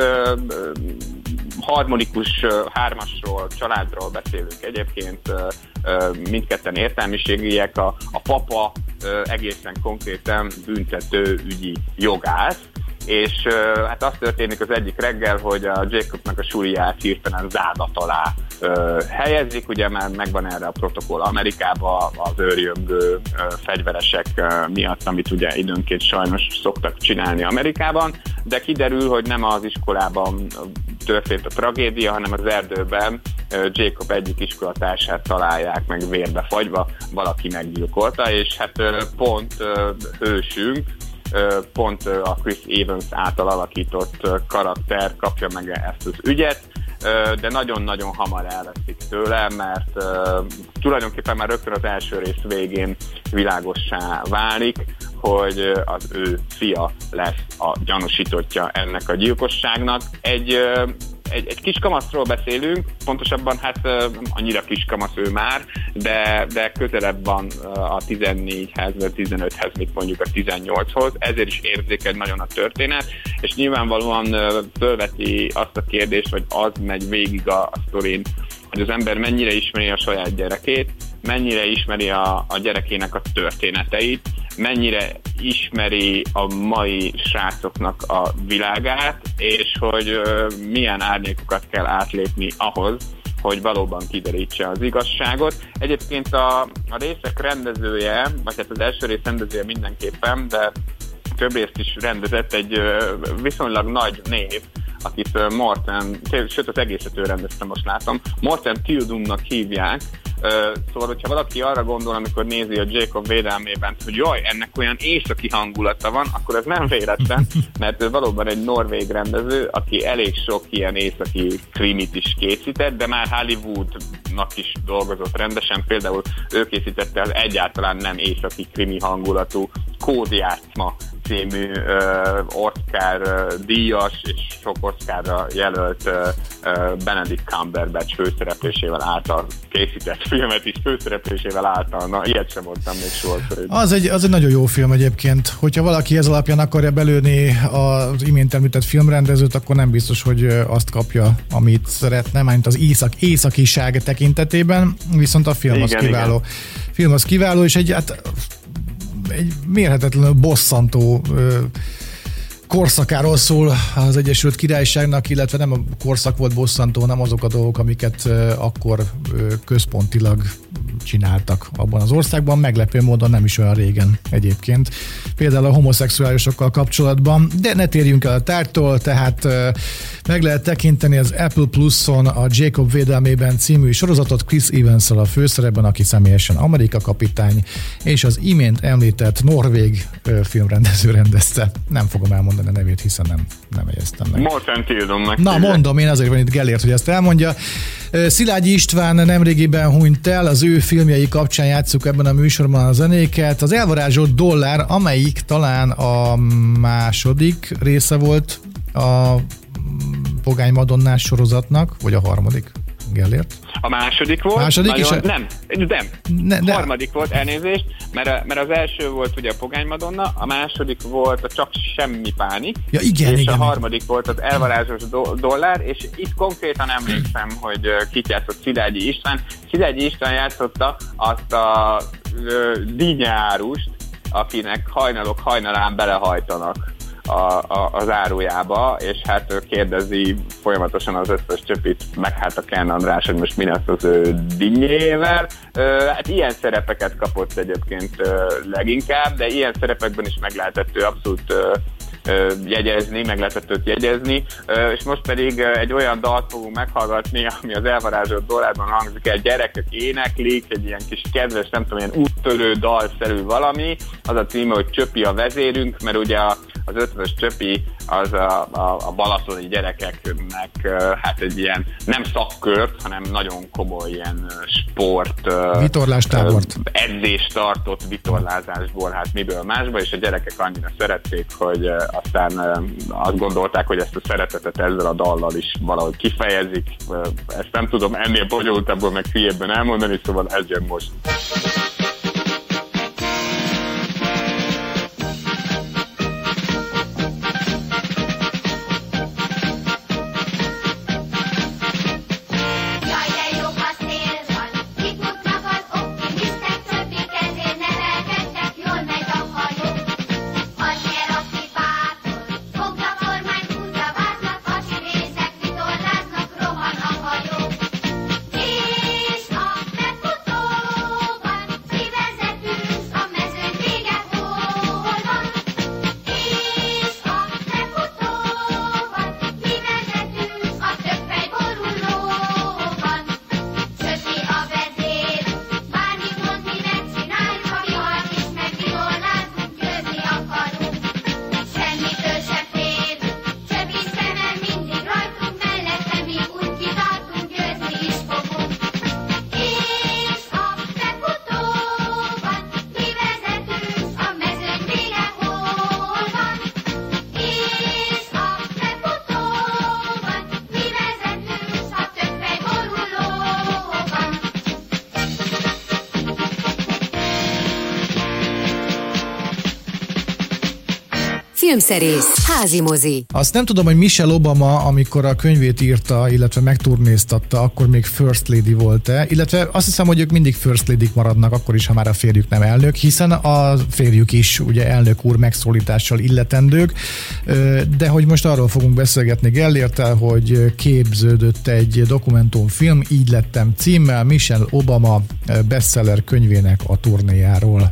harmonikus uh, hármasról, családról beszélünk egyébként, uh, uh, mindketten értelmiségiek, a, a papa uh, egészen konkrétan büntető ügyi jogász, és uh, hát az történik az egyik reggel, hogy a Jacobnak a suliát hirtelen zádat alá uh, helyezik, ugye már megvan erre a protokoll Amerikában az őrjöngő uh, fegyveresek uh, miatt, amit ugye időnként sajnos szoktak csinálni Amerikában, de kiderül, hogy nem az iskolában történt a tragédia, hanem az erdőben uh, Jacob egyik iskolatársát találják meg vérbe fagyva, valaki meggyilkolta, és hát uh, pont uh, hősünk, pont a Chris Evans által alakított karakter kapja meg ezt az ügyet, de nagyon-nagyon hamar elveszik tőle, mert tulajdonképpen már rögtön az első rész végén világossá válik, hogy az ő fia lesz a gyanúsítottja ennek a gyilkosságnak. Egy Egy, egy kiskamaszról beszélünk, pontosabban hát annyira kiskamasz ő már, de, de közelebb van a tizennégyhez, vagy tizenöthez, mint mondjuk a tizennyolchoz, ezért is érzékeny nagyon a történet, és nyilvánvalóan fölveti azt a kérdést, vagy az megy végig a, a sztorin, hogy az ember mennyire ismeri a saját gyerekét, mennyire ismeri a, a gyerekének a történeteit, mennyire ismeri a mai srácoknak a világát, és hogy uh, milyen árnyékokat kell átlépni ahhoz, hogy valóban kiderítse az igazságot. Egyébként a, a részek rendezője, vagy hát az első rész rendezője mindenképpen, de több részt is rendezett egy uh, viszonylag nagy név, akit Morten, sőt az egészet ő rendezte, most látom, Morten Tildumnak hívják. Szóval, hogyha valaki arra gondol, amikor nézi a Jacob védelmében, hogy jaj, ennek olyan északi hangulata van, akkor ez nem véletlen, mert ő valóban egy norvég rendező, aki elég sok ilyen északi krimit is készített, de már Hollywoodnak is dolgozott rendesen, például ő készítette az egyáltalán nem északi krimi hangulatú Kódjátszma című uh, Oscar uh, díjas és sok Oscarra jelölt uh, uh, Benedict Cumberbatch főszereplésével által készített filmet is főszereplésével által. Na, ilyet sem mondtam még soha szerintem. Az egy, az egy nagyon jó film egyébként. Hogyha valaki ez alapján akarja belőni az imént említett filmrendezőt, akkor nem biztos, hogy azt kapja, amit szeretne, mint az észak, északiság tekintetében, viszont a film igen, az kiváló. Igen. Film az kiváló, és egy, hát, egy mérhetetlenül bosszantó korszakáról szól az Egyesült Királyságnak, illetve nem a korszak volt bosszantó, nem azok a dolgok, amiket akkor központilag csináltak abban az országban, meglepő módon nem is olyan régen egyébként. Például a homoszexuálisokkal kapcsolatban, de ne térjünk el a tárgytól, tehát meg lehet tekinteni az Apple Plus-on a Jacob védelmében című sorozatot Chris Evans-szal a főszerepben, aki személyesen Amerika kapitány, és az imént említett norvég filmrendező rendezte. Nem fogom elmondani a nevét, hiszen nem, nem jegyeztem meg. Morten Tildonnak. Na, mondom, én azért van itt Gellért, hogy ezt elmondja. Szilágyi István nemrégiben hunyt el, az ő filmjei kapcsán játsszuk ebben a műsorban a zenéket. Az Elvarázsolt dollár, amelyik talán a második része volt a Pogány Madonnás sorozatnak, vagy a harmadik, Gellért? A második volt. Második nagyon, is a... Nem, nem. Ne, de... harmadik volt, elnézést, mert, mert az első volt ugye a Pogány Madonna, a második volt a Csak semmi pánik, ja, igen, és igen, a igen. harmadik volt az Elvarázsos do- dollár, és itt konkrétan emlékszem, hogy kit játszott Szilágyi István. Szilágyi István játszotta azt a dínyárust, akinek hajnalok hajnalán belehajtanak A, a, az árujába, és hát ő kérdezi folyamatosan az összes csöpit, meg hát a Kern András, hogy most mi lesz az ő dinnyével. Hát ilyen szerepeket kapott egyébként leginkább, de ilyen szerepekben is meg lehetett ő abszolút jegyezni, meg lehetett őt jegyezni, és most pedig egy olyan dalt fogunk meghallgatni, ami az Elvarázsolt dollárban hangzik el, gyerekek éneklik, egy ilyen kis kedves, nem tudom, ilyen úttörő dalszerű valami, az a címe, hogy Csöpi a vezérünk, mert ugye az ötvenes Csöpi az a, a, a balatoni gyerekeknek hát egy ilyen nem szakkört, hanem nagyon komoly ilyen sport vitorlástábort, edzést tartott vitorlázásból, hát miből másba, és a gyerekek annyira szerették, hogy aztán azt gondolták, hogy ezt a szeretetet ezzel a dallal is valahogy kifejezik. Ezt nem tudom ennél bonyolultabbul meg hülyébben elmondani, szóval ez jön most. Filmszerész, házi mozi. Azt nem tudom, hogy Michelle Obama, amikor a könyvét írta, illetve megturnéztatta, akkor még First Lady volt-e, illetve azt hiszem, hogy ők mindig First Lady-k maradnak, akkor is, ha már a férjük nem elnök, hiszen a férjük is ugye elnök úr megszólítással illetendők, de hogy most arról fogunk beszélgetni Gellérttel, hogy képződött egy dokumentumfilm, Így lettem címmel, Michelle Obama bestseller könyvének a turnéjáról.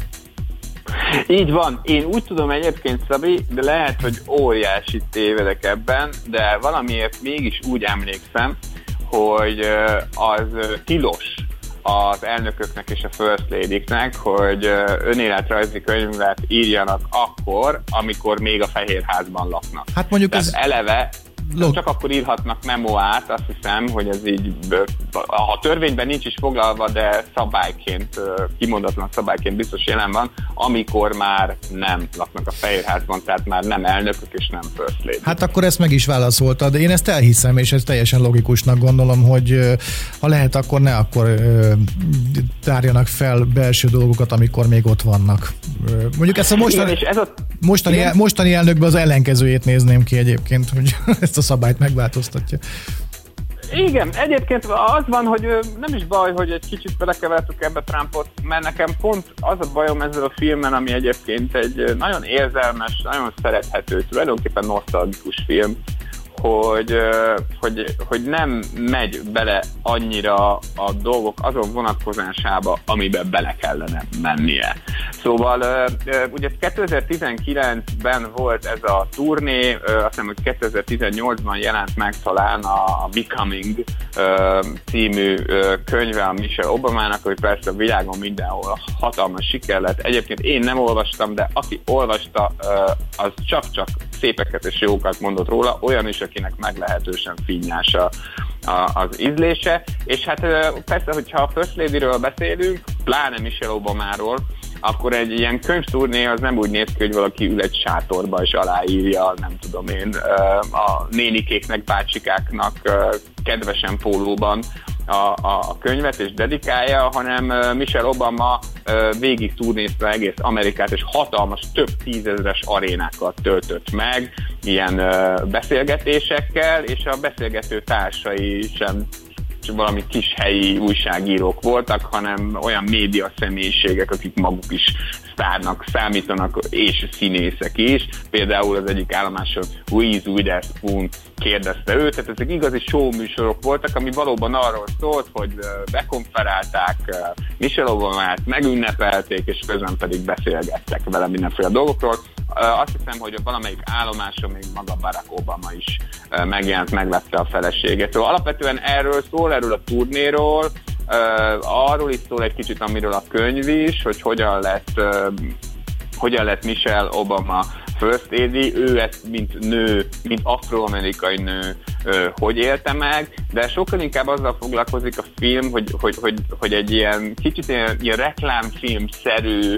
Így van. Én úgy tudom egyébként, Szabi, de lehet, hogy óriási tévedek ebben, de valamiért mégis úgy emlékszem, hogy az tilos az elnököknek és a First Lady-knek, hogy önéletrajzi könyvet írjanak akkor, amikor még a Fehérházban laknak. Hát mondjuk Tehát ez... eleve Log... csak akkor írhatnak memoárt, azt hiszem, hogy ez így, a törvényben nincs is foglalva, de szabályként, kimondatlan szabályként biztos jelen van, amikor már nem laknak a Fehérházban, tehát már nem elnökök és nem First Lady. Hát akkor ezt meg is válaszoltad, de én ezt elhiszem, és ezt teljesen logikusnak gondolom, hogy ha lehet, akkor ne akkor tárjanak fel belső dolgokat, amikor még ott vannak. Mondjuk ezt a mostani, igen, ez a... mostani, el, mostani elnökben az ellenkezőjét nézném ki egyébként, hogy ezt a szabályt megváltoztatja. Igen, egyébként az van, hogy nem is baj, hogy egy kicsit belekevertük ebbe Trumpot, mert nekem pont az a bajom ezzel a filmen, ami egyébként egy nagyon érzelmes, nagyon szerethető, tulajdonképpen nosztalgikus film, hogy, hogy, hogy nem megy bele annyira a dolgok azok vonatkozásába, amiben bele kellene mennie. Szóval ugye kétezer-tizenkilencben volt ez a turné, azt hiszem, hogy kétezer-tizennyolcban jelent meg talán a Becoming című könyve a Michelle Obamának, hogy persze a világon mindenhol hatalmas siker lett. Egyébként én nem olvastam, de aki olvasta, az csak-csak szépeket és jókat mondott róla, olyan is, akinek meglehetősen finnyás a, a, az ízlése. És hát persze, hogyha a First Lady-ről beszélünk, pláne Michelle Obamáról, akkor egy ilyen könyvturné az nem úgy néz ki, hogy valaki ül egy sátorba és aláírja, nem tudom én, a nénikéknek, bácsikáknak kedvesen pólóban a, a, a könyvet és dedikálja, hanem Michelle Obama végig turnézte egész Amerikát, és hatalmas, több tízezres arénákat töltött meg ilyen beszélgetésekkel, és a beszélgető társai sem valami kis helyi újságírók voltak, hanem olyan média személyiségek, akik maguk is sztárnak számítanak, és színészek is. Például az egyik állomáson Reese Witherspoon kérdezte őt, tehát ezek igazi show műsorok voltak, ami valóban arról szólt, hogy bekonferálták Michelle Obamát, megünnepelték, és közben pedig beszélgettek vele mindenféle dolgokról. Azt hiszem, hogy valamelyik állomáson még maga Barack Obama is megjelent, megvette a feleségét. Szóval alapvetően erről szól, erről a turnéról, arról is szól egy kicsit, amiről a könyv is, hogy hogyan lett, hogyan lett Michelle Obama First Lady, ő ezt mint nő, mint afroamerikai nő hogy élte meg, de sokkal inkább azzal foglalkozik a film, hogy, hogy, hogy, hogy egy ilyen kicsit ilyen, ilyen reklámfilmszerű,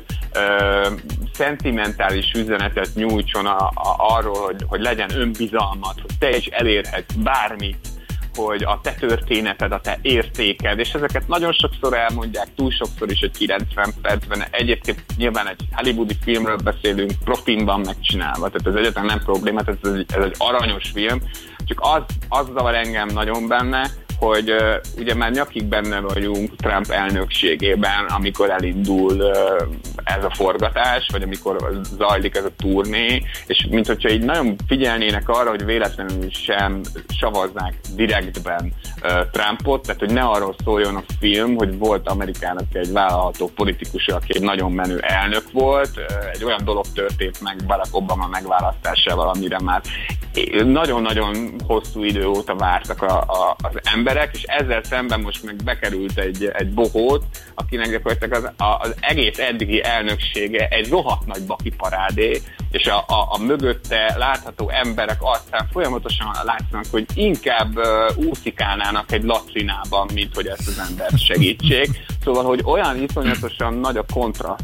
szentimentális üzenetet nyújtson a, a, arról, hogy, hogy legyen önbizalmat, hogy te is elérhetsz bármit, hogy a te történeted, a te értéked, és ezeket nagyon sokszor elmondják, túl sokszor is egy kilencven percben. Egyébként nyilván egy hollywoodi filmről beszélünk, profin van megcsinálva, tehát ez egyáltalán nem probléma, ez egy, ez egy aranyos film, csak az, az zavar engem nagyon benne, hogy uh, ugye már nyakig benne vagyunk Trump elnökségében, amikor elindul uh, ez a forgatás, vagy amikor zajlik ez a turné, és mint hogyha így nagyon figyelnének arra, hogy véletlenül sem savaznák direktben uh, Trumpot, tehát hogy ne arról szóljon a film, hogy volt Amerikának egy vállalható politikus, aki egy nagyon menő elnök volt, uh, egy olyan dolog történt meg Barack Obama megválasztásával, amire már nagyon-nagyon hosszú idő óta vártak a, a, az emberek, és ezzel szemben most meg bekerült egy, egy bohóc, akinek gyakorlatilag az, az egész eddigi elnöksége egy rohadt nagy bakiparádé, és a, a, a mögötte látható emberek arcán folyamatosan látszanak, hogy inkább uh, úszikálnának egy latrinában, mint hogy ezt az embert segítsék. Szóval, hogy olyan iszonyatosan nagy a kontraszt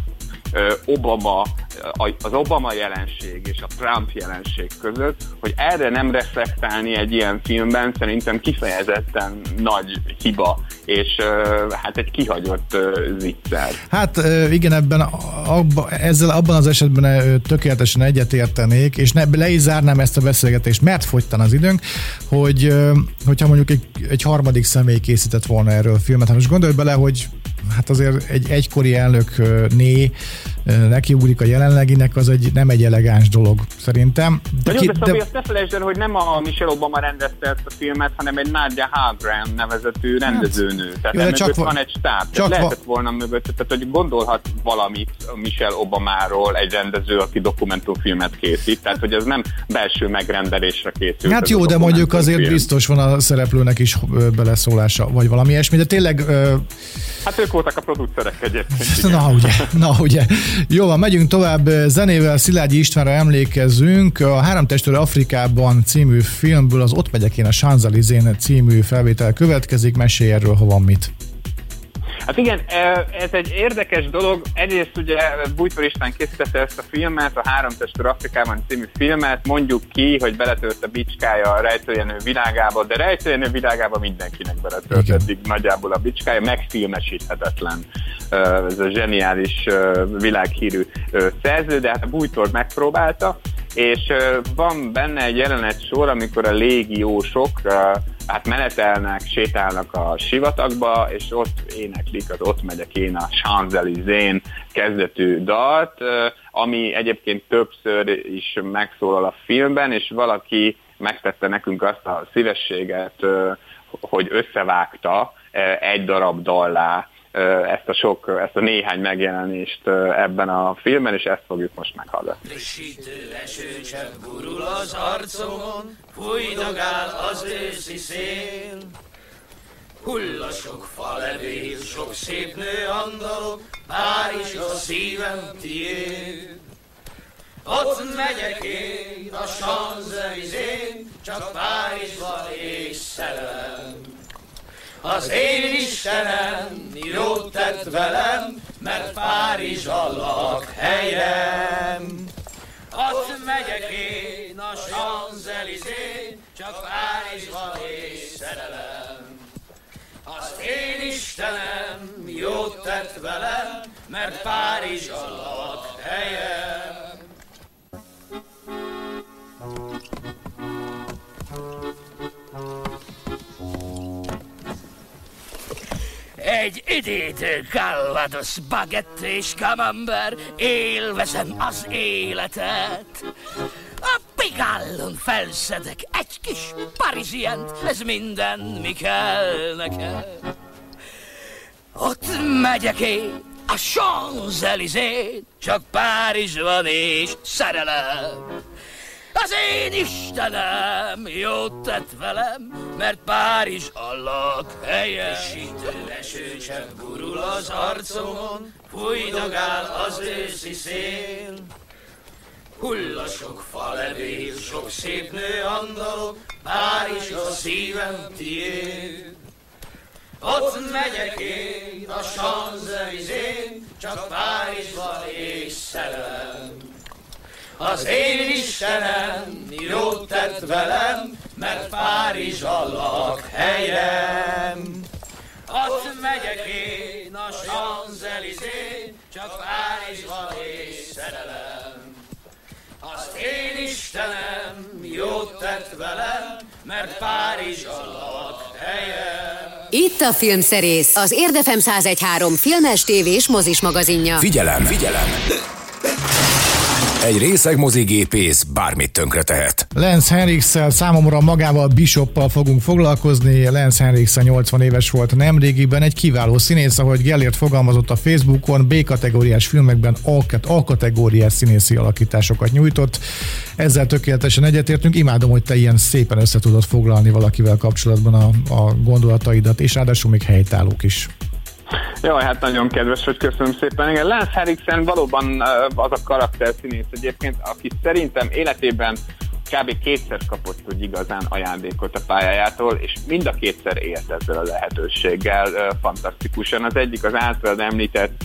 Obama, az Obama jelenség és a Trump jelenség között, hogy erre nem reflektálni egy ilyen filmben szerintem kifejezetten nagy hiba, és hát egy kihagyott zicser. Hát igen, ebben abba, ezzel abban az esetben tökéletesen egyetértenék, és ne, le is zárnám ezt a beszélgetést, mert fogytan az időnk, hogy hogyha mondjuk egy, egy harmadik személy készített volna erről a filmet, hát most gondolj bele, hogy hát azért egy egykori elnökné nekiugrik a jelenleginek, az egy, nem egy elegáns dolog, szerintem. De, ki, de Szabi, azt ne felejtsd el, hogy nem a Michelle Obama rendezte ezt a filmet, hanem egy Nadia Hagran nevezetű rendezőnő. Tehát jó, csak van egy stáb. Tehát lehetett volna mögött, tehát hogy gondolhat valamit Michelle Obamáról egy rendező, aki dokumentumfilmet készít. Tehát, hogy ez nem belső megrendelésre készült. Hát jó, de mondjuk azért film. Biztos van a szereplőnek is beleszólása, vagy valami ilyesmi, de tényleg... Uh... Hát ők voltak a producerek egyébként. Na ugye, na ugye. Jó van, megyünk tovább zenével, Szilágyi Istvánra emlékezzünk. A Három testőr Afrikában című filmből az Ott megyek én a Champs-Élysén című felvétel következik. Mesélj erről, ha van mit. Hát igen, ez egy érdekes dolog. Egyrészt ugye Bújtor István készítette ezt a filmet, a Három testőr Afrikában című filmet. Mondjuk ki, hogy beletört a bicskája a rejtőjenő világába, de rejtőjenő világába mindenkinek beletört eddig nagyjából a bicskája, megfilmesíthetetlen. Ez a zseniális világhírű szerző, de hát a Bújtor megpróbálta, és van benne egy jelenet sor, amikor a légiósok hát menetelnek, sétálnak a sivatagba, és ott éneklik az Ott megyek én a Champs-Élysén kezdetű dalt, ami egyébként többször is megszólal a filmben, és valaki megtette nekünk azt a szívességet, hogy összevágta egy darab dallá ezt a sok, ezt a néhány megjelenést ebben a filmben, és ezt fogjuk most meghallgatni. Frissítő esőcsepp gurul az arcomon, fújdogál az őszi szél. Hull a sok falevél, sok szép nő andalok, Párizs a szívem tiéd. Ott megyek én a Champs-Élysén, csak Párizsban és szerelem. Az én Istenem jót tett velem, mert Párizs a lakhelyem. Ott megyek én a Champs-Élysén, csak Párizsban és szerelem. Az én Istenem jót tett velem, mert Párizs a lakhelyem. Egy üdítő calvados, baguette és camembert, élvezem az életet. A Pigalle-on felszedek egy kis parizsient, ez minden, mi kell nekem. Ott megyek én a Champs-Élysén, csak Párizs van és szerelem. Az én Istenem jót tett velem, mert Párizs a lakhelyem. Frissítő esőcsepp gurul az arcomon, fújdogál az őszi szél. Hull a sok falevél, sok szép nő andalok, Párizs a szívem tiéd. Ott megyek én a Champs-Élysén, csak Párizsban és szerelem. Az én Istenem jót tett velem, mert Párizs a lakhelyem. Ott megyek én a Champs-Élysén, csak Párizsban és szerelem. Az én Istenem jót tett velem, mert Párizs a lakhelyem. Itt a Filmszerész, az Érd ef em száz egy pont három filmes, tévés, mozis magazinja. Figyelem, figyelem! Egy részeg mozigépész bármit tönkre tehet. Lance Henriksszel, számomra magával Bishoppal fogunk foglalkozni. Lance Henriksen nyolcvan éves volt nemrégiben, egy kiváló színész, ahogy Gellért fogalmazott a Facebookon, B-kategóriás filmekben A-kategóriás színészi alakításokat nyújtott. Ezzel tökéletesen egyetértünk. Imádom, hogy te ilyen szépen össze tudod foglalni valakivel kapcsolatban a, a gondolataidat, és ráadásul még helytállók is. Jaj, hát nagyon kedves, hogy köszönöm szépen. Igen, Lance Henriksen valóban az a karakterszínész egyébként, aki szerintem életében kb. Kétszer kapott úgy igazán ajándékot a pályájától, és mind a kétszer élt ezzel a lehetőséggel fantasztikusan. Az egyik az általad említett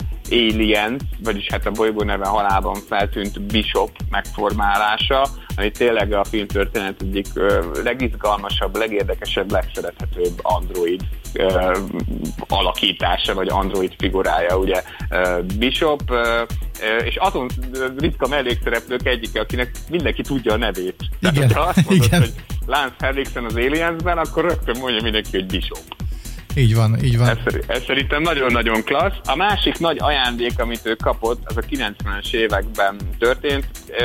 Alien, vagyis hát a bolygó neve halálban feltűnt Bishop megformálása, ami tényleg a filmtörténet egyik legizgalmasabb, legérdekesebb, legszerethetőbb android uh, alakítása, vagy android figurája, ugye uh, Bishop, uh, és azon ritka mellékszereplők egyike, akinek mindenki tudja a nevét. Igen. Tehát, ha azt mondod, Igen. hogy Lance Henriksen az Aliensben, akkor rögtön mondja mindenki, hogy Bishop. Így van, így van. Ez, ez szerintem nagyon-nagyon klassz. A másik nagy ajándék, amit ő kapott, az a kilencvenes években történt,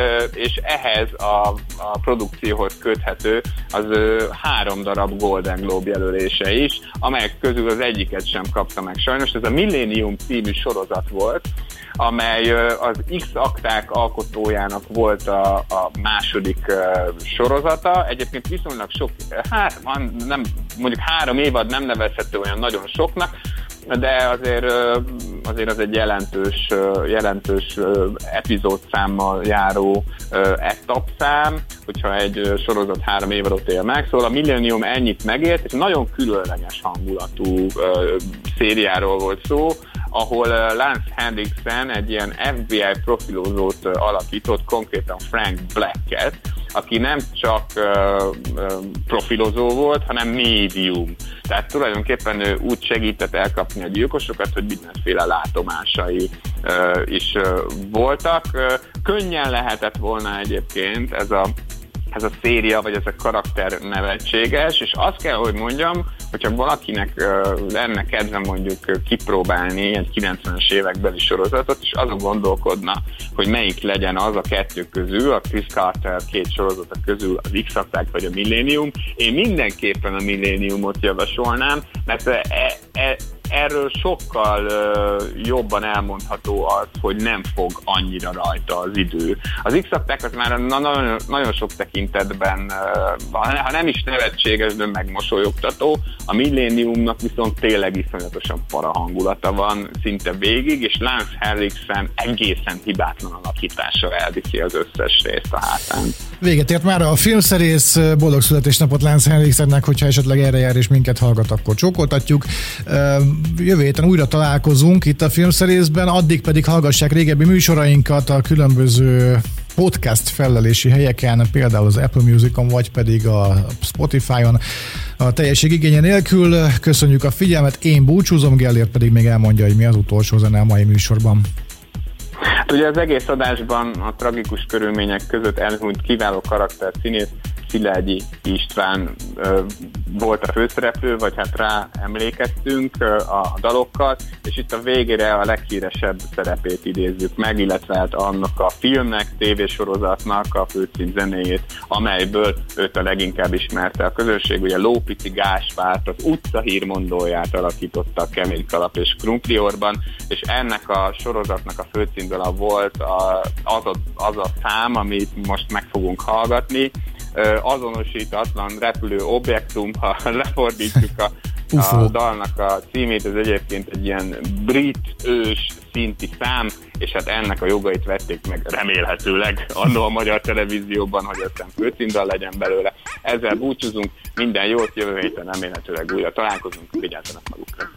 és ehhez a, a produkcióhoz köthető az három darab Golden Globe jelölése is, amelyek közül az egyiket sem kapta meg sajnos. Ez a Millennium című sorozat volt, amely az X-akták alkotójának volt a, a második sorozata. Egyébként viszonylag sok, hát nem, mondjuk három évad nem nevezhető olyan nagyon soknak, de azért, azért az egy jelentős, jelentős epizódszámmal járó etapszám, hogyha egy sorozat három évadot él meg. Szóval a Millennium ennyit megért, és nagyon különleges hangulatú szériáról volt szó, ahol Lance Henriksen egy ilyen ef bé i profilozót alakított, konkrétan Frank Blacket, aki nem csak uh, uh, profilozó volt, hanem médium. Tehát tulajdonképpen ő úgy segített elkapni a gyilkosokat, hogy mindenféle látomásai uh, is uh, voltak. Uh, könnyen lehetett volna egyébként ez a ez a széria, vagy ez a karakter nevetséges, és azt kell, hogy mondjam, hogyha valakinek uh, lenne kedve mondjuk uh, kipróbálni egy kilencvenes évekbeli sorozatot, és azon gondolkodna, hogy melyik legyen az a kettő közül, a Chris Carter két sorozata közül az X-Attack vagy a Millennium, én mindenképpen a Millenniumot javasolnám, mert e, e, erről sokkal uh, jobban elmondható az, hogy nem fog annyira rajta az idő. Az X-Attack az már na, nagyon, nagyon sok tekintetben, uh, ha nem is nevetséges, de megmosolyogtató, a Millenniumnak viszont tényleg iszonyatosan para hangulata van szinte végig, és Lance Henriksen egészen hibátlan alakítással elviszi az összes részt a hátán. Véget ért már a filmszerész, boldog születésnapot Lance Henriksennek, hogyha esetleg erre jár és minket hallgat, akkor csókoltatjuk. Jövő héten újra találkozunk itt a filmszerészben, addig pedig hallgassák régebbi műsorainkat a különböző podcast fellelési helyeken, például az Apple Musicon, vagy pedig a Spotify-on a teljesség igénye nélkül. Köszönjük a figyelmet, én búcsúzom, Gellért pedig még elmondja, hogy mi az utolsó zene a mai műsorban. Hát ugye az egész adásban a tragikus körülmények között elhunyt kiváló karakter színész Szilágyi István ö, volt a főszereplő, vagy hát rá emlékeztünk ö, a dalokkal, és itt a végére a leghíresebb szerepét idézzük meg, illetve hát annak a filmnek, tévésorozatnak a főcím zenéjét, amelyből őt a leginkább ismerte a közönség. Ugye Lópici Gáspárt, az utca hírmondóját alakította a Kemény Kalap és Krumpliorban, és ennek a sorozatnak a főcímdala volt a, az, a, az a szám, amit most meg fogunk hallgatni, azonosítatlan repülő objektum, ha lefordítjuk a, a dalnak a címét, ez egyébként egy ilyen brit ős szinti szám, és hát ennek a jogait vették meg remélhetőleg annó a magyar televízióban, hogy aztán főcímdal legyen belőle. Ezzel búcsúzunk, minden jót, jövő héten remélhetőleg újra találkozunk, vigyázzanak magukra!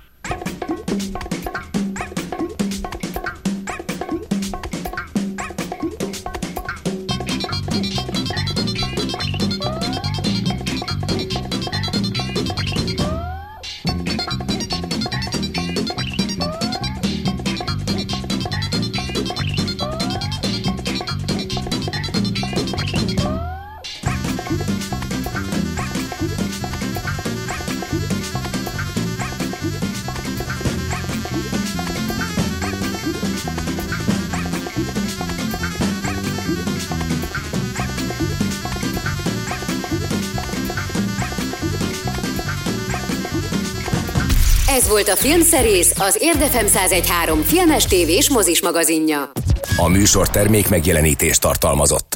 Ez volt a Filmszerész, az Érd ef em száz egy pont három filmes, tévés, mozis magazinja. A műsor termék megjelenítést tartalmazott.